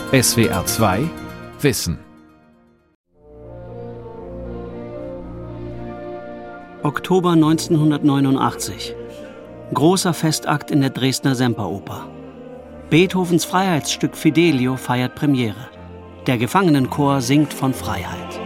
SWR 2 Wissen. Oktober 1989. Großer Festakt in der Dresdner Semperoper. Beethovens Freiheitsstück Fidelio feiert Premiere. Der Gefangenenchor singt von Freiheit.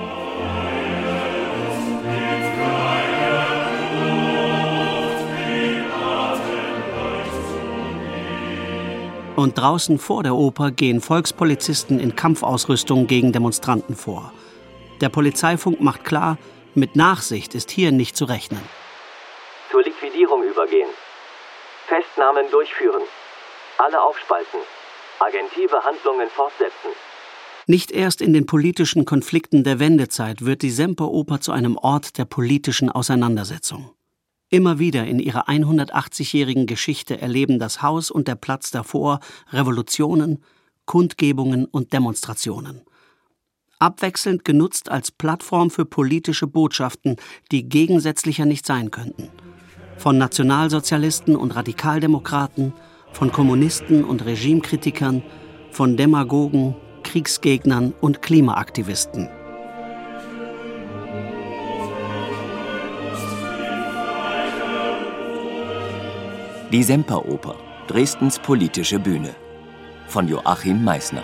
Und draußen vor der Oper gehen Volkspolizisten in Kampfausrüstung gegen Demonstranten vor. Der Polizeifunk macht klar, mit Nachsicht ist hier nicht zu rechnen. Zur Liquidierung übergehen. Festnahmen durchführen. Alle aufspalten. Agentive Handlungen fortsetzen. Nicht erst in den politischen Konflikten der Wendezeit wird die Semperoper zu einem Ort der politischen Auseinandersetzung. Immer wieder in ihrer 180-jährigen Geschichte erleben das Haus und der Platz davor Revolutionen, Kundgebungen und Demonstrationen. Abwechselnd genutzt als Plattform für politische Botschaften, die gegensätzlicher nicht sein könnten. Von Nationalsozialisten und Radikaldemokraten, von Kommunisten und Regimekritikern, von Demagogen, Kriegsgegnern und Klimaaktivisten. Die Semperoper, Dresdens politische Bühne. Von Joachim Meissner.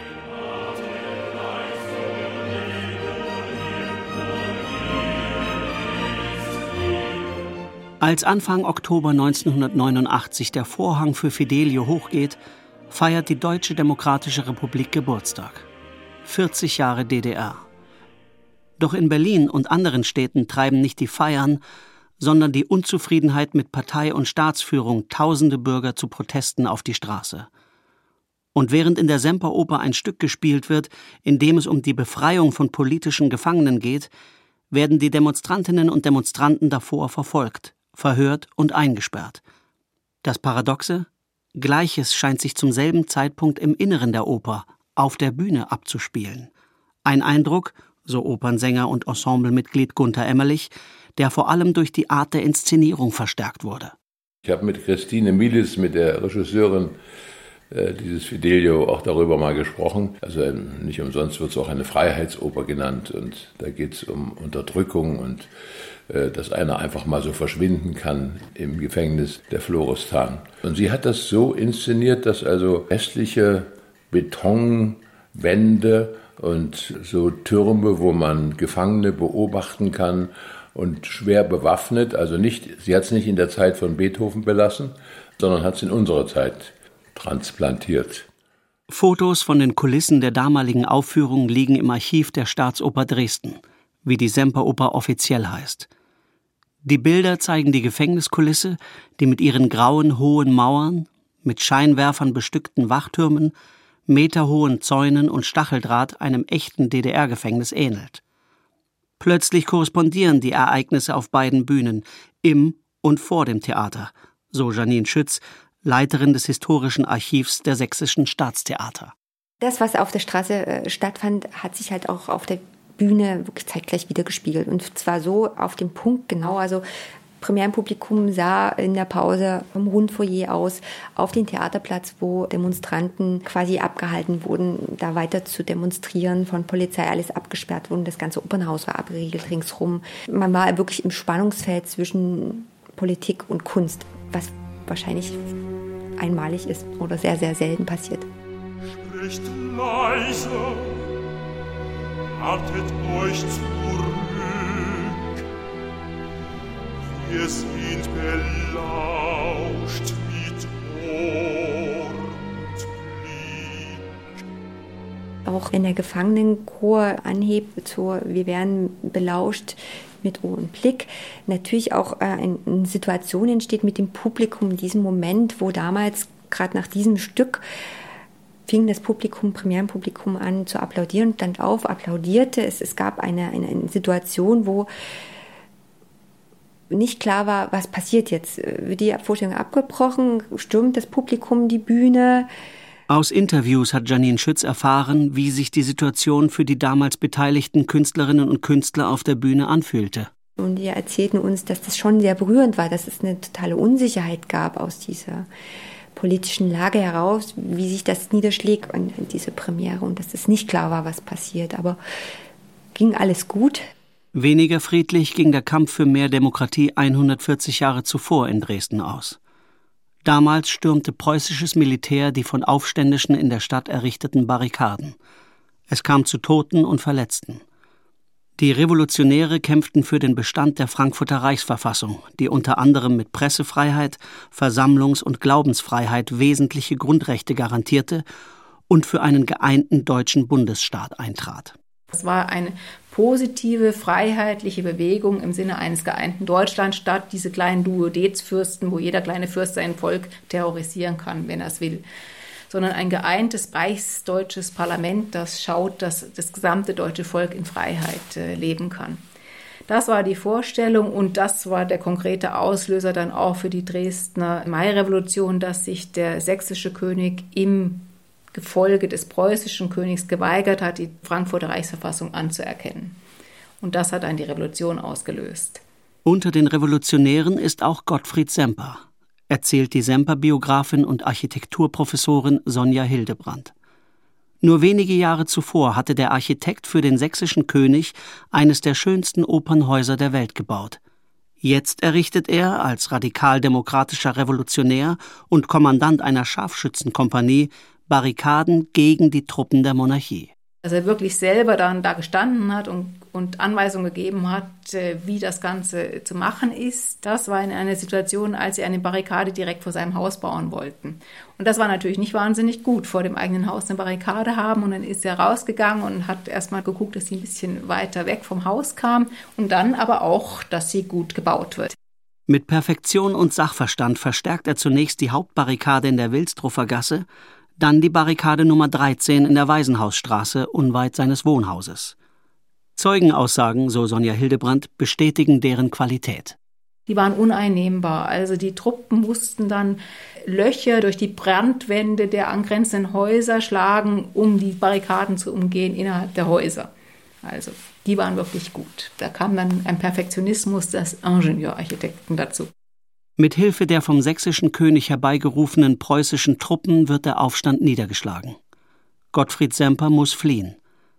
Als Anfang Oktober 1989 der Vorhang für Fidelio hochgeht, feiert die Deutsche Demokratische Republik Geburtstag. 40 Jahre DDR. Doch in Berlin und anderen Städten treiben nicht die Feiern, sondern die Unzufriedenheit mit Partei und Staatsführung tausende Bürger zu Protesten auf die Straße. Und während in der Semperoper ein Stück gespielt wird, in dem es um die Befreiung von politischen Gefangenen geht, werden die Demonstrantinnen und Demonstranten davor verfolgt, verhört und eingesperrt. Das Paradoxe? Gleiches scheint sich zum selben Zeitpunkt im Inneren der Oper, auf der Bühne abzuspielen. Ein Eindruck, so Opernsänger und Ensemblemitglied Gunther Emmerlich, der vor allem durch die Art der Inszenierung verstärkt wurde. Ich habe mit Christine Milis, mit der Regisseurin dieses Fidelio, auch darüber mal gesprochen. Also nicht umsonst wird es auch eine Freiheitsoper genannt. Und da geht es um Unterdrückung und dass einer einfach mal so verschwinden kann im Gefängnis der Florestan. Und sie hat das so inszeniert, dass also hässliche Betonwände und so Türme, wo man Gefangene beobachten kann, und schwer bewaffnet, also sie hat es nicht in der Zeit von Beethoven belassen, sondern hat es in unserer Zeit transplantiert. Fotos von den Kulissen der damaligen Aufführung liegen im Archiv der Staatsoper Dresden, wie die Semperoper offiziell heißt. Die Bilder zeigen die Gefängniskulisse, die mit ihren grauen, hohen Mauern, mit Scheinwerfern bestückten Wachtürmen, meterhohen Zäunen und Stacheldraht einem echten DDR-Gefängnis ähnelt. Plötzlich korrespondieren die Ereignisse auf beiden Bühnen, im und vor dem Theater, so Janine Schütz, Leiterin des Historischen Archivs der Sächsischen Staatstheater. Das, was auf der Straße stattfand, hat sich halt auch auf der Bühne wirklich zeitgleich wiedergespiegelt. Und zwar so auf dem Punkt genau, also Premierenpublikum sah in der Pause vom Rundfoyer aus auf den Theaterplatz, wo Demonstranten quasi abgehalten wurden, da weiter zu demonstrieren, von Polizei alles abgesperrt wurde. Das ganze Opernhaus war abgeriegelt ringsrum. Man war wirklich im Spannungsfeld zwischen Politik und Kunst, was wahrscheinlich einmalig ist oder sehr, sehr selten passiert. Spricht leise, haltet euch zurück. Wir sind belauscht mit Ohr und Blick. Auch wenn der Gefangenenchor anhebt, so wir werden belauscht mit Ohr und Blick, natürlich auch eine Situation entsteht mit dem Publikum in diesem Moment, wo damals gerade nach diesem Stück fing das Publikum, Premierenpublikum an zu applaudieren, stand auf, applaudierte. Es gab eine Situation, wo nicht klar war, was passiert jetzt. Wird die Vorstellung abgebrochen? Stürmt das Publikum die Bühne? Aus Interviews hat Janine Schütz erfahren, wie sich die Situation für die damals beteiligten Künstlerinnen und Künstler auf der Bühne anfühlte. Und die erzählten uns, dass das schon sehr berührend war, dass es eine totale Unsicherheit gab aus dieser politischen Lage heraus, wie sich das niederschlägt und diese Premiere und dass es nicht klar war, was passiert. Aber ging alles gut. Weniger friedlich ging der Kampf für mehr Demokratie 140 Jahre zuvor in Dresden aus. Damals stürmte preußisches Militär die von Aufständischen in der Stadt errichteten Barrikaden. Es kam zu Toten und Verletzten. Die Revolutionäre kämpften für den Bestand der Frankfurter Reichsverfassung, die unter anderem mit Pressefreiheit, Versammlungs- und Glaubensfreiheit wesentliche Grundrechte garantierte und für einen geeinten deutschen Bundesstaat eintrat. Es war eine positive, freiheitliche Bewegung im Sinne eines geeinten Deutschlands statt diese kleinen Duodezfürsten, wo jeder kleine Fürst sein Volk terrorisieren kann, wenn er es will. Sondern ein geeintes reichsdeutsches Parlament, das schaut, dass das gesamte deutsche Volk in Freiheit leben kann. Das war die Vorstellung und das war der konkrete Auslöser dann auch für die Dresdner Mairevolution, dass sich der sächsische König im Gefolge des preußischen Königs geweigert hat, die Frankfurter Reichsverfassung anzuerkennen. Und das hat dann die Revolution ausgelöst. Unter den Revolutionären ist auch Gottfried Semper, erzählt die Semper-Biografin und Architekturprofessorin Sonja Hildebrandt. Nur wenige Jahre zuvor hatte der Architekt für den sächsischen König eines der schönsten Opernhäuser der Welt gebaut. Jetzt errichtet er als radikal-demokratischer Revolutionär und Kommandant einer Scharfschützenkompanie Barrikaden gegen die Truppen der Monarchie. Dass er wirklich selber dann da gestanden hat und Anweisungen gegeben hat, wie das Ganze zu machen ist. Das war in einer Situation, als sie eine Barrikade direkt vor seinem Haus bauen wollten. Und das war natürlich nicht wahnsinnig gut, vor dem eigenen Haus eine Barrikade haben. Und dann ist er rausgegangen und hat erstmal geguckt, dass sie ein bisschen weiter weg vom Haus kam. Und dann aber auch, dass sie gut gebaut wird. Mit Perfektion und Sachverstand verstärkt er zunächst die Hauptbarrikade in der Wilsdruffer Gasse, dann die Barrikade Nummer 13 in der Waisenhausstraße unweit seines Wohnhauses. Zeugenaussagen, so Sonja Hildebrandt, bestätigen deren Qualität. Die waren uneinnehmbar. Also die Truppen mussten dann Löcher durch die Brandwände der angrenzenden Häuser schlagen, um die Barrikaden zu umgehen innerhalb der Häuser. Also die waren wirklich gut. Da kam dann ein Perfektionismus des Ingenieurarchitekten dazu. Mit Hilfe der vom sächsischen König herbeigerufenen preußischen Truppen wird der Aufstand niedergeschlagen. Gottfried Semper muss fliehen.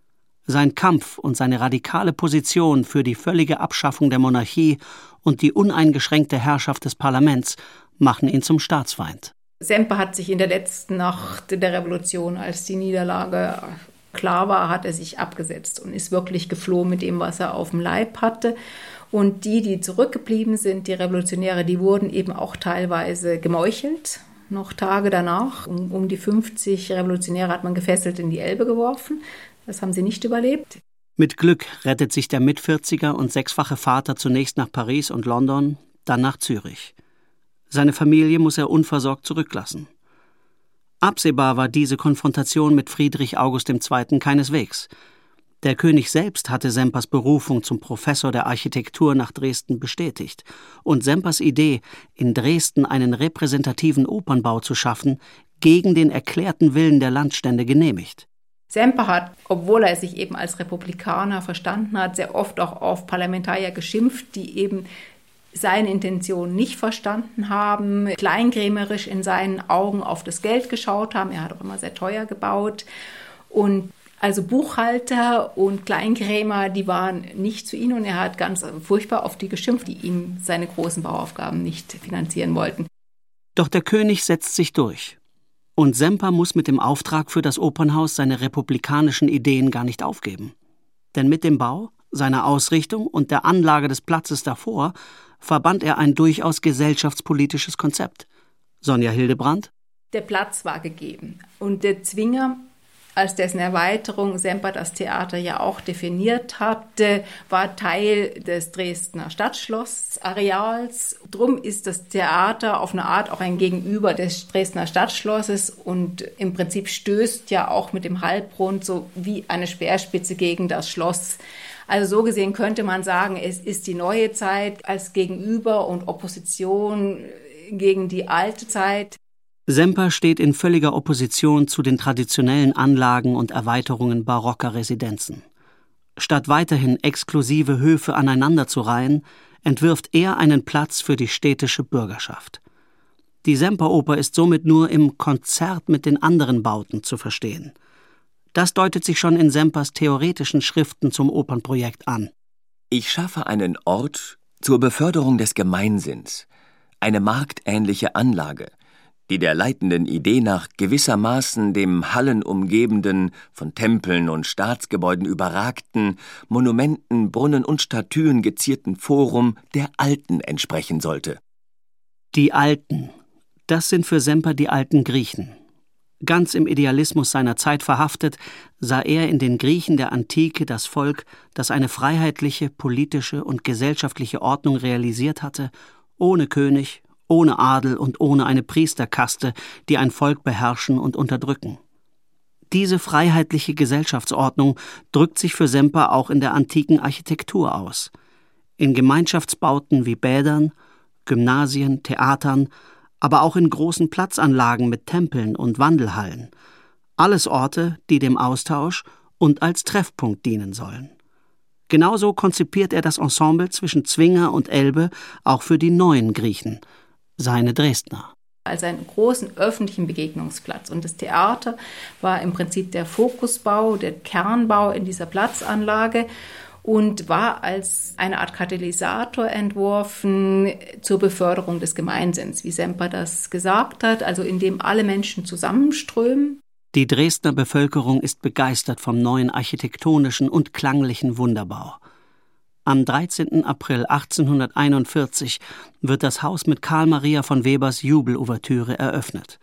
Sein Kampf und seine radikale Position für die völlige Abschaffung der Monarchie und die uneingeschränkte Herrschaft des Parlaments machen ihn zum Staatsfeind. Semper hat sich in der letzten Nacht der Revolution, als die Niederlage klar war, hat er sich abgesetzt und ist wirklich geflohen mit dem, was er auf dem Leib hatte. Und die zurückgeblieben sind, die Revolutionäre, die wurden eben auch teilweise gemeuchelt. Noch Tage danach, um die 50 Revolutionäre hat man gefesselt in die Elbe geworfen. Das haben sie nicht überlebt. Mit Glück rettet sich der Mit-40er und 6-fache Vater zunächst nach Paris und London, dann nach Zürich. Seine Familie muss er unversorgt zurücklassen. Absehbar war diese Konfrontation mit Friedrich August II. Keineswegs. Der König selbst hatte Sempers Berufung zum Professor der Architektur nach Dresden bestätigt und Sempers Idee, in Dresden einen repräsentativen Opernbau zu schaffen, gegen den erklärten Willen der Landstände genehmigt. Semper hat, obwohl er sich eben als Republikaner verstanden hat, sehr oft auch auf Parlamentarier geschimpft, die eben seine Intention nicht verstanden haben, kleinkrämerisch in seinen Augen auf das Geld geschaut haben. Er hat auch immer sehr teuer gebaut und also Buchhalter und Kleinkrämer, die waren nicht zu ihm und er hat ganz furchtbar auf die geschimpft, die ihm seine großen Bauaufgaben nicht finanzieren wollten. Doch der König setzt sich durch. Und Semper muss mit dem Auftrag für das Opernhaus seine republikanischen Ideen gar nicht aufgeben. Denn mit dem Bau, seiner Ausrichtung und der Anlage des Platzes davor verband er ein durchaus gesellschaftspolitisches Konzept. Sonja Hildebrandt? Der Platz war gegeben und der Zwinger, als dessen Erweiterung Semper das Theater ja auch definiert hatte, war Teil des Dresdner Stadtschlossareals. Drum ist das Theater auf eine Art auch ein Gegenüber des Dresdner Stadtschlosses und im Prinzip stößt ja auch mit dem Halbrund so wie eine Speerspitze gegen das Schloss. Also so gesehen könnte man sagen, es ist die neue Zeit als Gegenüber und Opposition gegen die alte Zeit. Semper steht in völliger Opposition zu den traditionellen Anlagen und Erweiterungen barocker Residenzen. Statt weiterhin exklusive Höfe aneinanderzureihen, entwirft er einen Platz für die städtische Bürgerschaft. Die Semperoper ist somit nur im Konzert mit den anderen Bauten zu verstehen. Das deutet sich schon in Sempers theoretischen Schriften zum Opernprojekt an. Ich schaffe einen Ort zur Beförderung des Gemeinsinns, eine marktähnliche Anlage, die der leitenden Idee nach gewissermaßen dem hallenumgebenden, von Tempeln und Staatsgebäuden überragten, Monumenten, Brunnen und Statuen gezierten Forum der Alten entsprechen sollte. Die Alten, das sind für Semper die alten Griechen. Ganz im Idealismus seiner Zeit verhaftet, sah er in den Griechen der Antike das Volk, das eine freiheitliche, politische und gesellschaftliche Ordnung realisiert hatte, ohne König, ohne Adel und ohne eine Priesterkaste, die ein Volk beherrschen und unterdrücken. Diese freiheitliche Gesellschaftsordnung drückt sich für Semper auch in der antiken Architektur aus. In Gemeinschaftsbauten wie Bädern, Gymnasien, Theatern, aber auch in großen Platzanlagen mit Tempeln und Wandelhallen. Alles Orte, die dem Austausch und als Treffpunkt dienen sollen. Genauso konzipiert er das Ensemble zwischen Zwinger und Elbe auch für die neuen Griechen, seine Dresdner. Als einen großen öffentlichen Begegnungsplatz. Und das Theater war im Prinzip der Fokusbau, der Kernbau in dieser Platzanlage und war als eine Art Katalysator entworfen zur Beförderung des Gemeinsinns, wie Semper das gesagt hat, also indem alle Menschen zusammenströmen. Die Dresdner Bevölkerung ist begeistert vom neuen architektonischen und klanglichen Wunderbau. Am 13. April 1841 wird das Haus mit Karl Maria von Webers Jubelouvertüre eröffnet.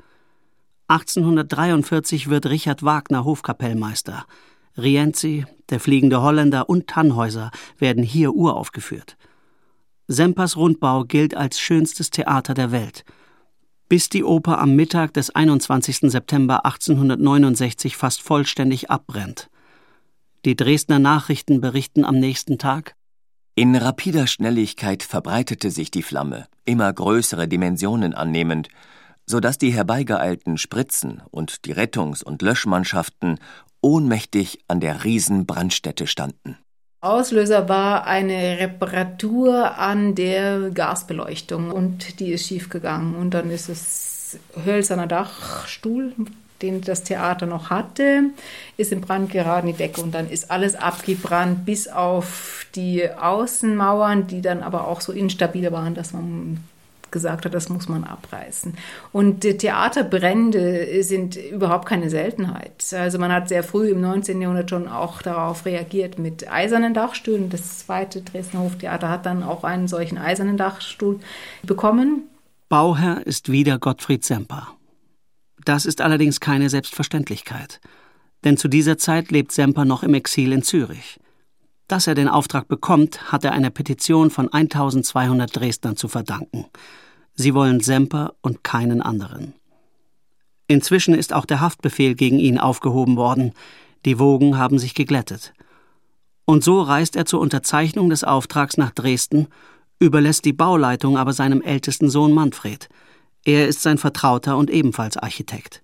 1843 wird Richard Wagner Hofkapellmeister. Rienzi, der Fliegende Holländer und Tannhäuser werden hier uraufgeführt. Sempers Rundbau gilt als schönstes Theater der Welt, bis die Oper am Mittag des 21. September 1869 fast vollständig abbrennt. Die Dresdner Nachrichten berichten am nächsten Tag: In rapider Schnelligkeit verbreitete sich die Flamme, immer größere Dimensionen annehmend, so dass die herbeigeeilten Spritzen und die Rettungs- und Löschmannschaften ohnmächtig an der Riesenbrandstätte standen. Auslöser war eine Reparatur an der Gasbeleuchtung und die ist schiefgegangen. Und dann ist es hölzerner Dachstuhl, den das Theater noch hatte, ist in Brand geraten, die Decke, und dann ist alles abgebrannt, bis auf die Außenmauern, die dann aber auch so instabil waren, dass man gesagt hat, das muss man abreißen. Und die Theaterbrände sind überhaupt keine Seltenheit. Also man hat sehr früh im 19. Jahrhundert schon auch darauf reagiert mit eisernen Dachstühlen. Das zweite Dresdner Hoftheater hat dann auch einen solchen eisernen Dachstuhl bekommen. Bauherr ist wieder Gottfried Semper. Das ist allerdings keine Selbstverständlichkeit. Denn zu dieser Zeit lebt Semper noch im Exil in Zürich. Dass er den Auftrag bekommt, hat er einer Petition von 1200 Dresdnern zu verdanken. Sie wollen Semper und keinen anderen. Inzwischen ist auch der Haftbefehl gegen ihn aufgehoben worden. Die Wogen haben sich geglättet. Und so reist er zur Unterzeichnung des Auftrags nach Dresden, überlässt die Bauleitung aber seinem ältesten Sohn Manfred. Er ist sein Vertrauter und ebenfalls Architekt.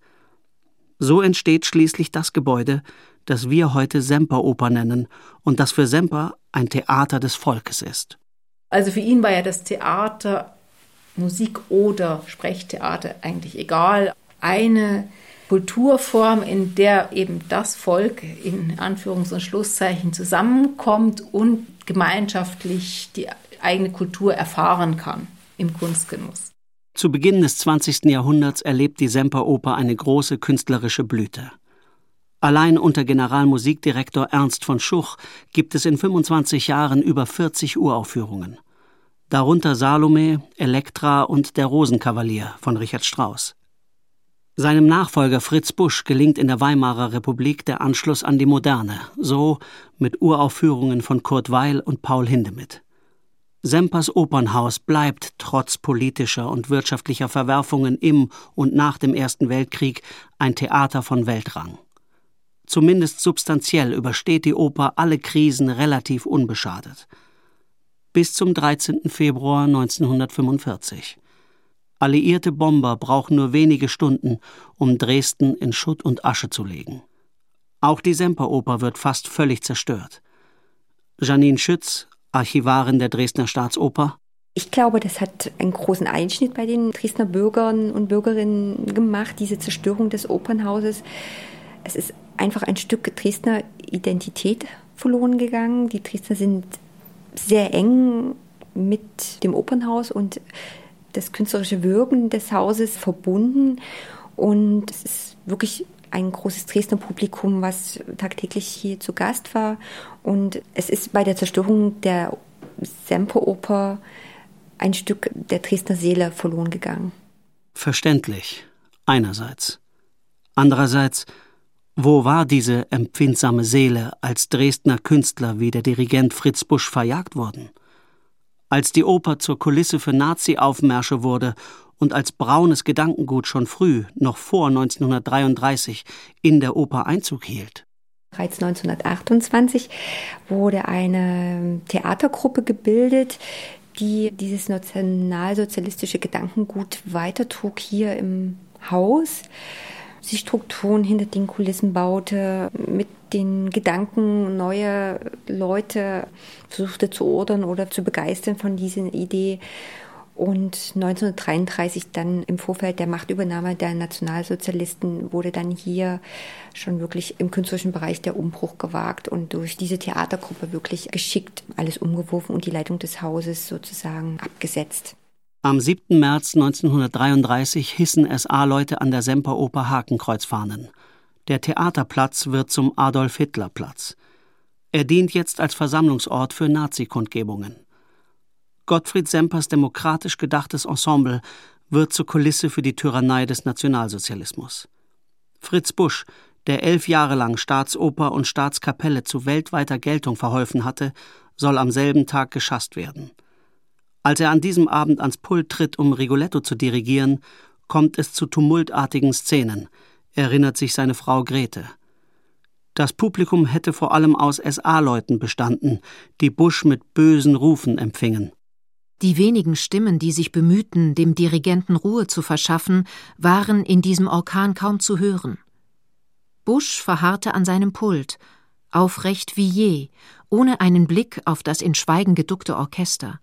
So entsteht schließlich das Gebäude, das wir heute Semperoper nennen und das für Semper ein Theater des Volkes ist. Also für ihn war ja das Theater, Musik oder Sprechtheater eigentlich egal. Eine Kulturform, in der eben das Volk in Anführungs- und Schlusszeichen zusammenkommt und gemeinschaftlich die eigene Kultur erfahren kann im Kunstgenuss. Zu Beginn des 20. Jahrhunderts erlebt die Semperoper eine große künstlerische Blüte. Allein unter Generalmusikdirektor Ernst von Schuch gibt es in 25 Jahren über 40 Uraufführungen. Darunter Salome, Elektra und Der Rosenkavalier von Richard Strauss. Seinem Nachfolger Fritz Busch gelingt in der Weimarer Republik der Anschluss an die Moderne, so mit Uraufführungen von Kurt Weill und Paul Hindemith. Sempers Opernhaus bleibt trotz politischer und wirtschaftlicher Verwerfungen im und nach dem Ersten Weltkrieg ein Theater von Weltrang. Zumindest substanziell übersteht die Oper alle Krisen relativ unbeschadet. Bis zum 13. Februar 1945. Alliierte Bomber brauchen nur wenige Stunden, um Dresden in Schutt und Asche zu legen. Auch die Semperoper wird fast völlig zerstört. Janine Schütz, Archivarin der Dresdner Staatsoper: Ich glaube, das hat einen großen Einschnitt bei den Dresdner Bürgern und Bürgerinnen gemacht, diese Zerstörung des Opernhauses. Es ist einfach ein Stück Dresdner Identität verloren gegangen. Die Dresdner sind sehr eng mit dem Opernhaus und das künstlerische Wirken des Hauses verbunden. Und es ist wirklich ein großes Dresdner Publikum, was tagtäglich hier zu Gast war. Und es ist bei der Zerstörung der Semperoper ein Stück der Dresdner Seele verloren gegangen. Verständlich, einerseits. Andererseits, wo war diese empfindsame Seele, als Dresdner Künstler wie der Dirigent Fritz Busch verjagt wurden? Als die Oper zur Kulisse für Nazi-Aufmärsche wurde und als braunes Gedankengut schon früh, noch vor 1933, in der Oper Einzug hielt? Bereits 1928 wurde eine Theatergruppe gebildet, die dieses nationalsozialistische Gedankengut weitertrug hier im Haus, die Strukturen hinter den Kulissen baute, mit den Gedanken neue Leute versuchte zu ordern oder zu begeistern von dieser Idee. Und 1933 dann im Vorfeld der Machtübernahme der Nationalsozialisten wurde dann hier schon wirklich im künstlerischen Bereich der Umbruch gewagt und durch diese Theatergruppe wirklich geschickt alles umgeworfen und die Leitung des Hauses sozusagen abgesetzt. Am 7. März 1933 hissen SA-Leute an der Semperoper Hakenkreuzfahnen. Der Theaterplatz wird zum Adolf-Hitler-Platz. Er dient jetzt als Versammlungsort für Nazi-Kundgebungen. Gottfried Sempers demokratisch gedachtes Ensemble wird zur Kulisse für die Tyrannei des Nationalsozialismus. Fritz Busch, der 11 Jahre lang Staatsoper und Staatskapelle zu weltweiter Geltung verholfen hatte, soll am selben Tag geschasst werden. Als er an diesem Abend ans Pult tritt, um Rigoletto zu dirigieren, kommt es zu tumultartigen Szenen, erinnert sich seine Frau Grete. Das Publikum hätte vor allem aus SA-Leuten bestanden, die Busch mit bösen Rufen empfingen. Die wenigen Stimmen, die sich bemühten, dem Dirigenten Ruhe zu verschaffen, waren in diesem Orkan kaum zu hören. Busch verharrte an seinem Pult, aufrecht wie je, ohne einen Blick auf das in Schweigen geduckte Orchester.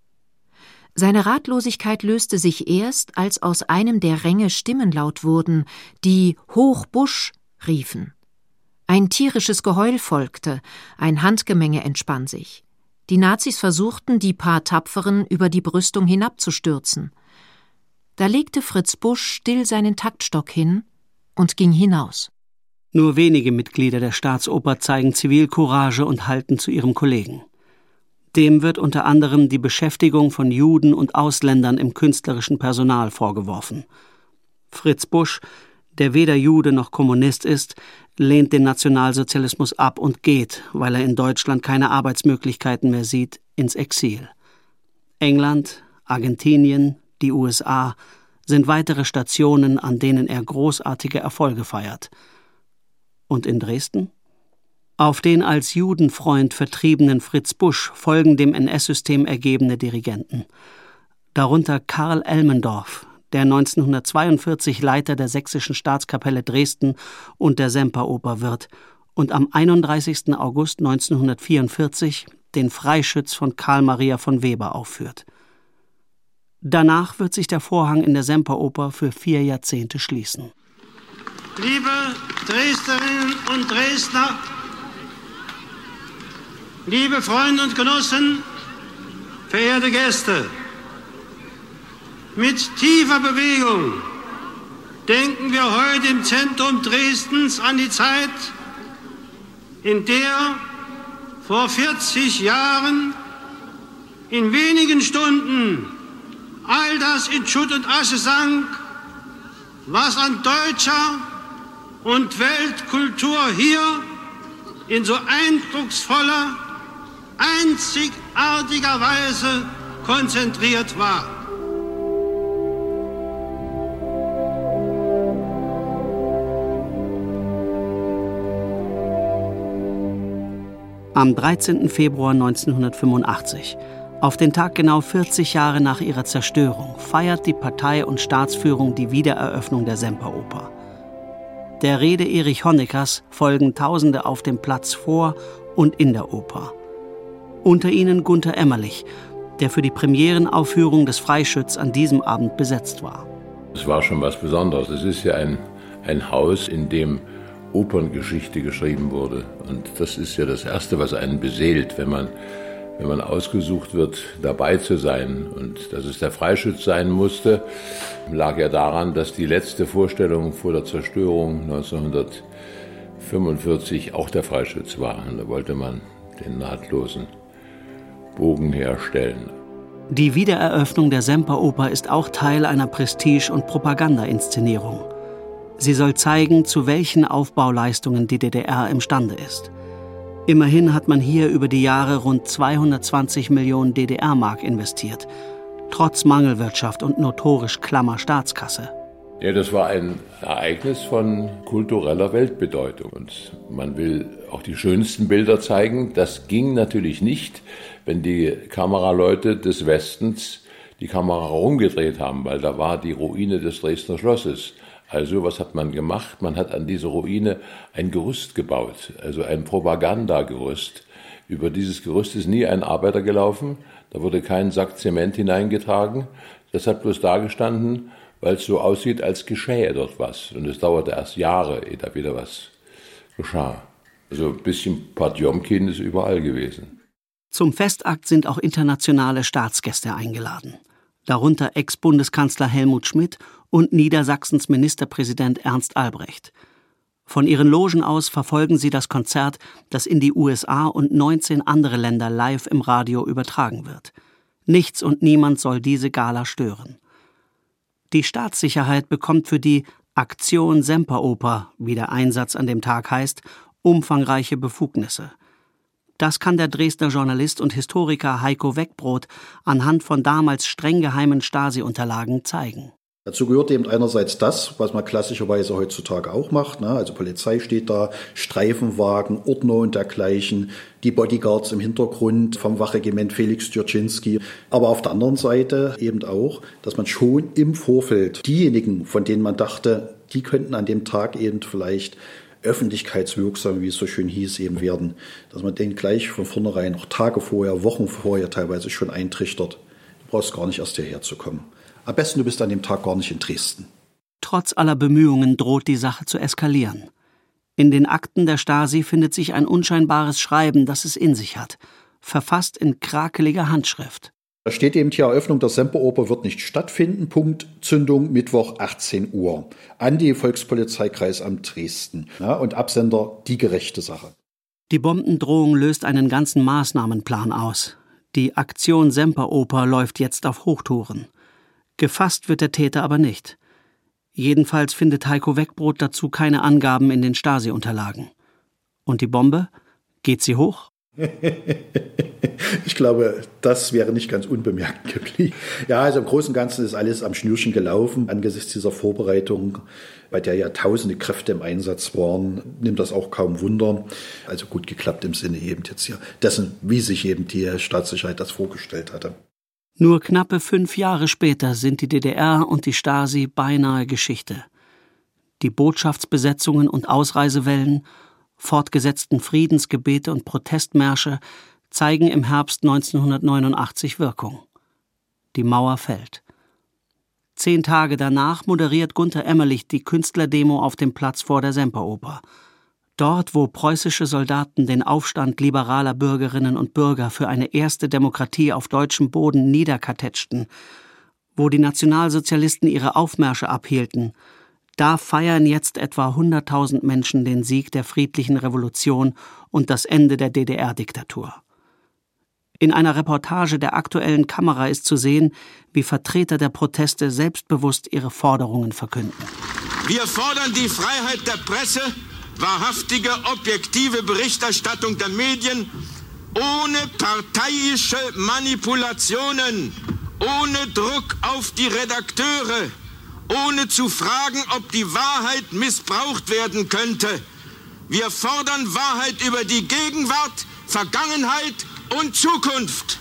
Seine Ratlosigkeit löste sich erst, als aus einem der Ränge Stimmen laut wurden, die »Hoch Busch« riefen. Ein tierisches Geheul folgte, ein Handgemenge entspann sich. Die Nazis versuchten, die paar Tapferen über die Brüstung hinabzustürzen. Da legte Fritz Busch still seinen Taktstock hin und ging hinaus. Nur wenige Mitglieder der Staatsoper zeigen Zivilcourage und halten zu ihrem Kollegen. Dem wird unter anderem die Beschäftigung von Juden und Ausländern im künstlerischen Personal vorgeworfen. Fritz Busch, der weder Jude noch Kommunist ist, lehnt den Nationalsozialismus ab und geht, weil er in Deutschland keine Arbeitsmöglichkeiten mehr sieht, ins Exil. England, Argentinien, die USA sind weitere Stationen, an denen er großartige Erfolge feiert. Und in Dresden? Auf den als Judenfreund vertriebenen Fritz Busch folgen dem NS-System ergebene Dirigenten. Darunter Karl Elmendorf, der 1942 Leiter der Sächsischen Staatskapelle Dresden und der Semperoper wird und am 31. August 1944 den Freischütz von Karl Maria von Weber aufführt. Danach wird sich der Vorhang in der Semperoper für 4 Jahrzehnte schließen. Liebe Dresdnerinnen und Dresdner, liebe Freunde und Genossen, verehrte Gäste, mit tiefer Bewegung denken wir heute im Zentrum Dresdens an die Zeit, in der vor 40 Jahren in wenigen Stunden all das in Schutt und Asche sank, was an deutscher und Weltkultur hier in so eindrucksvoller, einzigartiger Weise konzentriert war. Am 13. Februar 1985, auf den Tag genau 40 Jahre nach ihrer Zerstörung, feiert die Partei- und Staatsführung die Wiedereröffnung der Semperoper. Der Rede Erich Honeckers folgen Tausende auf dem Platz vor und in der Oper. Unter ihnen Gunther Emmerlich, der für die Premierenaufführung des Freischütz an diesem Abend besetzt war. Es war schon was Besonderes. Es ist ja ein Haus, in dem Operngeschichte geschrieben wurde. Und das ist ja das Erste, was einen beseelt, wenn man ausgesucht wird, dabei zu sein. Und dass es der Freischütz sein musste, lag ja daran, dass die letzte Vorstellung vor der Zerstörung 1945 auch der Freischütz war. Und da wollte man den nahtlosen Bogen herstellen. Die Wiedereröffnung der Semperoper ist auch Teil einer Prestige- und Propagandainszenierung. Sie soll zeigen, zu welchen Aufbauleistungen die DDR imstande ist. Immerhin hat man hier über die Jahre rund 220 Millionen DDR-Mark investiert, trotz Mangelwirtschaft und notorisch klammer Staatskasse. Ja, das war ein Ereignis von kultureller Weltbedeutung. Und man will auch die schönsten Bilder zeigen. Das ging natürlich nicht, wenn die Kameraleute des Westens die Kamera rumgedreht haben, weil da war die Ruine des Dresdner Schlosses. Also was hat man gemacht? Man hat an diese Ruine ein Gerüst gebaut, also ein Propagandagerüst. Über dieses Gerüst ist nie ein Arbeiter gelaufen, da wurde kein Sack Zement hineingetragen. Das hat bloß dagestanden, weil es so aussieht, als geschähe dort was. Und es dauerte erst Jahre, ehe da wieder was geschah. Also ein bisschen Potjomkin ist überall gewesen. Zum Festakt sind auch internationale Staatsgäste eingeladen. Darunter Ex-Bundeskanzler Helmut Schmidt und Niedersachsens Ministerpräsident Ernst Albrecht. Von ihren Logen aus verfolgen sie das Konzert, das in die USA und 19 andere Länder live im Radio übertragen wird. Nichts und niemand soll diese Gala stören. Die Staatssicherheit bekommt für die Aktion Semperoper, wie der Einsatz an dem Tag heißt, umfangreiche Befugnisse. Das kann der Dresdner Journalist und Historiker Heiko Weckbrot anhand von damals streng geheimen Stasi-Unterlagen zeigen. Dazu gehört eben einerseits das, was man klassischerweise heutzutage auch macht, ne? Also Polizei steht da, Streifenwagen, Ordner und dergleichen, die Bodyguards im Hintergrund vom Wachregiment Felix Djurczynski. Aber auf der anderen Seite eben auch, dass man schon im Vorfeld diejenigen, von denen man dachte, die könnten an dem Tag eben vielleicht öffentlichkeitswirksam, wie es so schön hieß, eben werden, dass man den gleich von vornherein noch Tage vorher, Wochen vorher teilweise schon eintrichtert. Du brauchst gar nicht erst hierher zu kommen. Am besten, du bist an dem Tag gar nicht in Dresden. Trotz aller Bemühungen droht die Sache zu eskalieren. In den Akten der Stasi findet sich ein unscheinbares Schreiben, das es in sich hat, verfasst in krakeliger Handschrift. Da steht eben, die Eröffnung der Semperoper wird nicht stattfinden. Punkt, Zündung Mittwoch 18 Uhr. An die Volkspolizeikreisamt Dresden. Ja, und Absender die gerechte Sache. Die Bombendrohung löst einen ganzen Maßnahmenplan aus. Die Aktion Semperoper läuft jetzt auf Hochtouren. Gefasst wird der Täter aber nicht. Jedenfalls findet Heiko Weckbrot dazu keine Angaben in den Stasi-Unterlagen. Und die Bombe? Geht sie hoch? Ich glaube, das wäre nicht ganz unbemerkt geblieben. Ja, also im Großen und Ganzen ist alles am Schnürchen gelaufen. Angesichts dieser Vorbereitung, bei der ja tausende Kräfte im Einsatz waren, nimmt das auch kaum Wunder. Also gut geklappt im Sinne eben jetzt hier dessen, wie sich eben die Staatssicherheit das vorgestellt hatte. Nur knappe 5 Jahre später sind die DDR und die Stasi beinahe Geschichte. Die Botschaftsbesetzungen und Ausreisewellen, fortgesetzten Friedensgebete und Protestmärsche zeigen im Herbst 1989 Wirkung. Die Mauer fällt. 10 Tage danach moderiert Gunter Emmerlich die Künstlerdemo auf dem Platz vor der Semperoper. Dort, wo preußische Soldaten den Aufstand liberaler Bürgerinnen und Bürger für eine erste Demokratie auf deutschem Boden niederkartätschten, wo die Nationalsozialisten ihre Aufmärsche abhielten, da feiern jetzt etwa 100.000 Menschen den Sieg der friedlichen Revolution und das Ende der DDR-Diktatur. In einer Reportage der Aktuellen Kamera ist zu sehen, wie Vertreter der Proteste selbstbewusst ihre Forderungen verkünden. Wir fordern die Freiheit der Presse, wahrhaftige, objektive Berichterstattung der Medien, ohne parteiische Manipulationen, ohne Druck auf die Redakteure, ohne zu fragen, ob die Wahrheit missbraucht werden könnte. Wir fordern Wahrheit über die Gegenwart, Vergangenheit und Zukunft.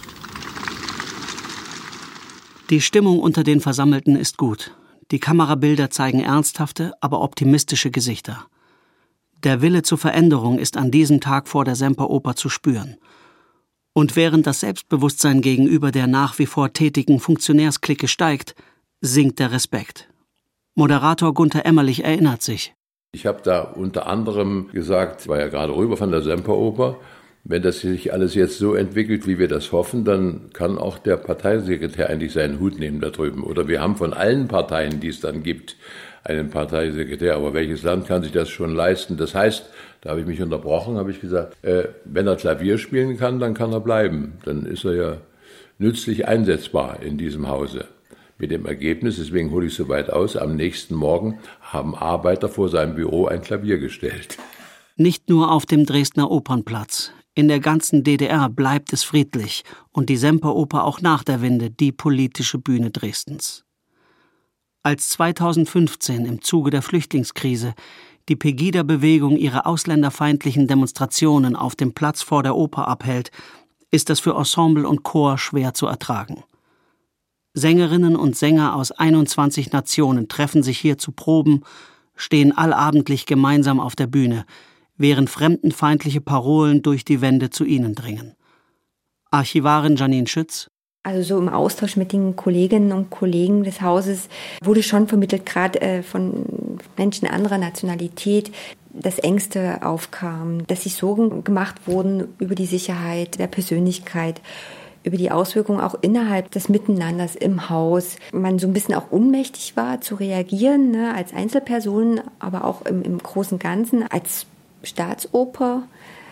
Die Stimmung unter den Versammelten ist gut. Die Kamerabilder zeigen ernsthafte, aber optimistische Gesichter. Der Wille zur Veränderung ist an diesem Tag vor der Semperoper zu spüren. Und während das Selbstbewusstsein gegenüber der nach wie vor tätigen Funktionärsklicke steigt, sinkt der Respekt. Moderator Gunther Emmerlich erinnert sich. Ich habe da unter anderem gesagt, war ja gerade rüber von der Semperoper, wenn das sich alles jetzt so entwickelt, wie wir das hoffen, dann kann auch der Parteisekretär eigentlich seinen Hut nehmen da drüben. Oder wir haben von allen Parteien, die es dann gibt, einen Parteisekretär. Aber welches Land kann sich das schon leisten? Das heißt, da habe ich mich unterbrochen, habe ich gesagt, wenn er Klavier spielen kann, dann kann er bleiben. Dann ist er ja nützlich einsetzbar in diesem Hause. Mit dem Ergebnis, deswegen hole ich so weit aus, am nächsten Morgen haben Arbeiter vor seinem Büro ein Klavier gestellt. Nicht nur auf dem Dresdner Opernplatz. In der ganzen DDR bleibt es friedlich und die Semperoper auch nach der Wende die politische Bühne Dresdens. Als 2015 im Zuge der Flüchtlingskrise die Pegida-Bewegung ihre ausländerfeindlichen Demonstrationen auf dem Platz vor der Oper abhält, ist das für Ensemble und Chor schwer zu ertragen. Sängerinnen und Sänger aus 21 Nationen treffen sich hier zu Proben, stehen allabendlich gemeinsam auf der Bühne, während fremdenfeindliche Parolen durch die Wände zu ihnen dringen. Archivarin Janine Schütz: Also so im Austausch mit den Kolleginnen und Kollegen des Hauses wurde schon vermittelt, gerade von Menschen anderer Nationalität, dass Ängste aufkamen, dass sich Sorgen gemacht wurden über die Sicherheit der Persönlichkeit, über die Auswirkungen auch innerhalb des Miteinanders im Haus. Man so ein bisschen auch ohnmächtig war zu reagieren, ne, als Einzelperson, aber auch im großen Ganzen als Staatsoper,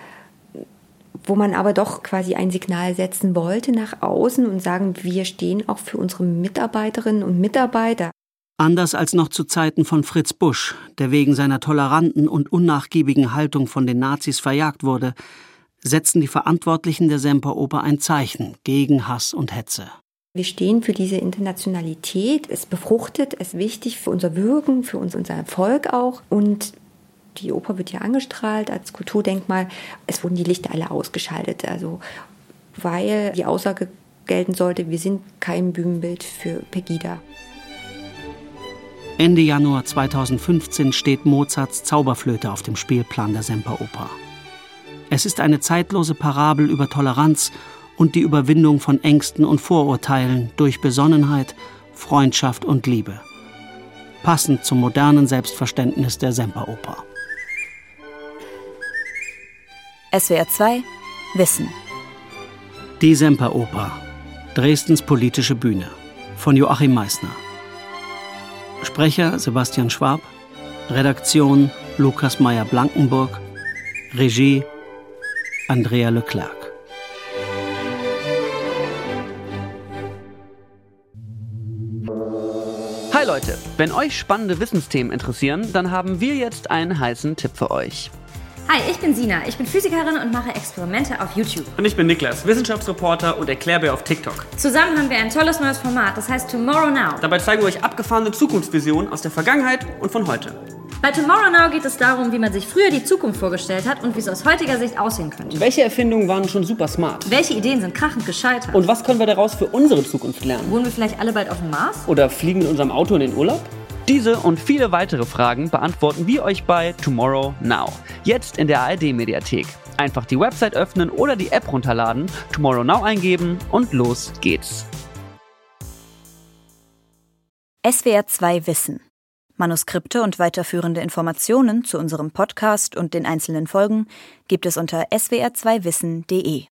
wo man aber doch quasi ein Signal setzen wollte nach außen und sagen, wir stehen auch für unsere Mitarbeiterinnen und Mitarbeiter. Anders als noch zu Zeiten von Fritz Busch, der wegen seiner toleranten und unnachgiebigen Haltung von den Nazis verjagt wurde, setzen die Verantwortlichen der Semperoper ein Zeichen gegen Hass und Hetze. Wir stehen für diese Internationalität. Es befruchtet, es ist wichtig für unser Wirken, für unser Erfolg auch. Und die Oper wird ja angestrahlt als Kulturdenkmal. Es wurden die Lichter alle ausgeschaltet, also weil die Aussage gelten sollte, wir sind kein Bühnenbild für Pegida. Ende Januar 2015 steht Mozarts Zauberflöte auf dem Spielplan der Semperoper. Es ist eine zeitlose Parabel über Toleranz und die Überwindung von Ängsten und Vorurteilen durch Besonnenheit, Freundschaft und Liebe. Passend zum modernen Selbstverständnis der Semperoper. SWR 2 Wissen. Die Semperoper. Dresdens politische Bühne. Von Joachim Meissner. Sprecher Sebastian Schwab. Redaktion Lukas Meyer-Blankenburg. Regie Andrea Leclerc. Hi Leute, wenn euch spannende Wissensthemen interessieren, dann haben wir jetzt einen heißen Tipp für euch. Hi, ich bin Sina, ich bin Physikerin und mache Experimente auf YouTube. Und ich bin Niklas, Wissenschaftsreporter und Erklärbär auf TikTok. Zusammen haben wir ein tolles neues Format, das heißt Tomorrow Now. Dabei zeigen wir euch abgefahrene Zukunftsvisionen aus der Vergangenheit und von heute. Bei Tomorrow Now geht es darum, wie man sich früher die Zukunft vorgestellt hat und wie es aus heutiger Sicht aussehen könnte. Welche Erfindungen waren schon super smart? Welche Ideen sind krachend gescheitert? Und was können wir daraus für unsere Zukunft lernen? Wohnen wir vielleicht alle bald auf dem Mars? Oder fliegen mit unserem Auto in den Urlaub? Diese und viele weitere Fragen beantworten wir euch bei Tomorrow Now. Jetzt in der ARD-Mediathek. Einfach die Website öffnen oder die App runterladen, Tomorrow Now eingeben und los geht's. SWR 2 Wissen. Manuskripte und weiterführende Informationen zu unserem Podcast und den einzelnen Folgen gibt es unter swr2wissen.de.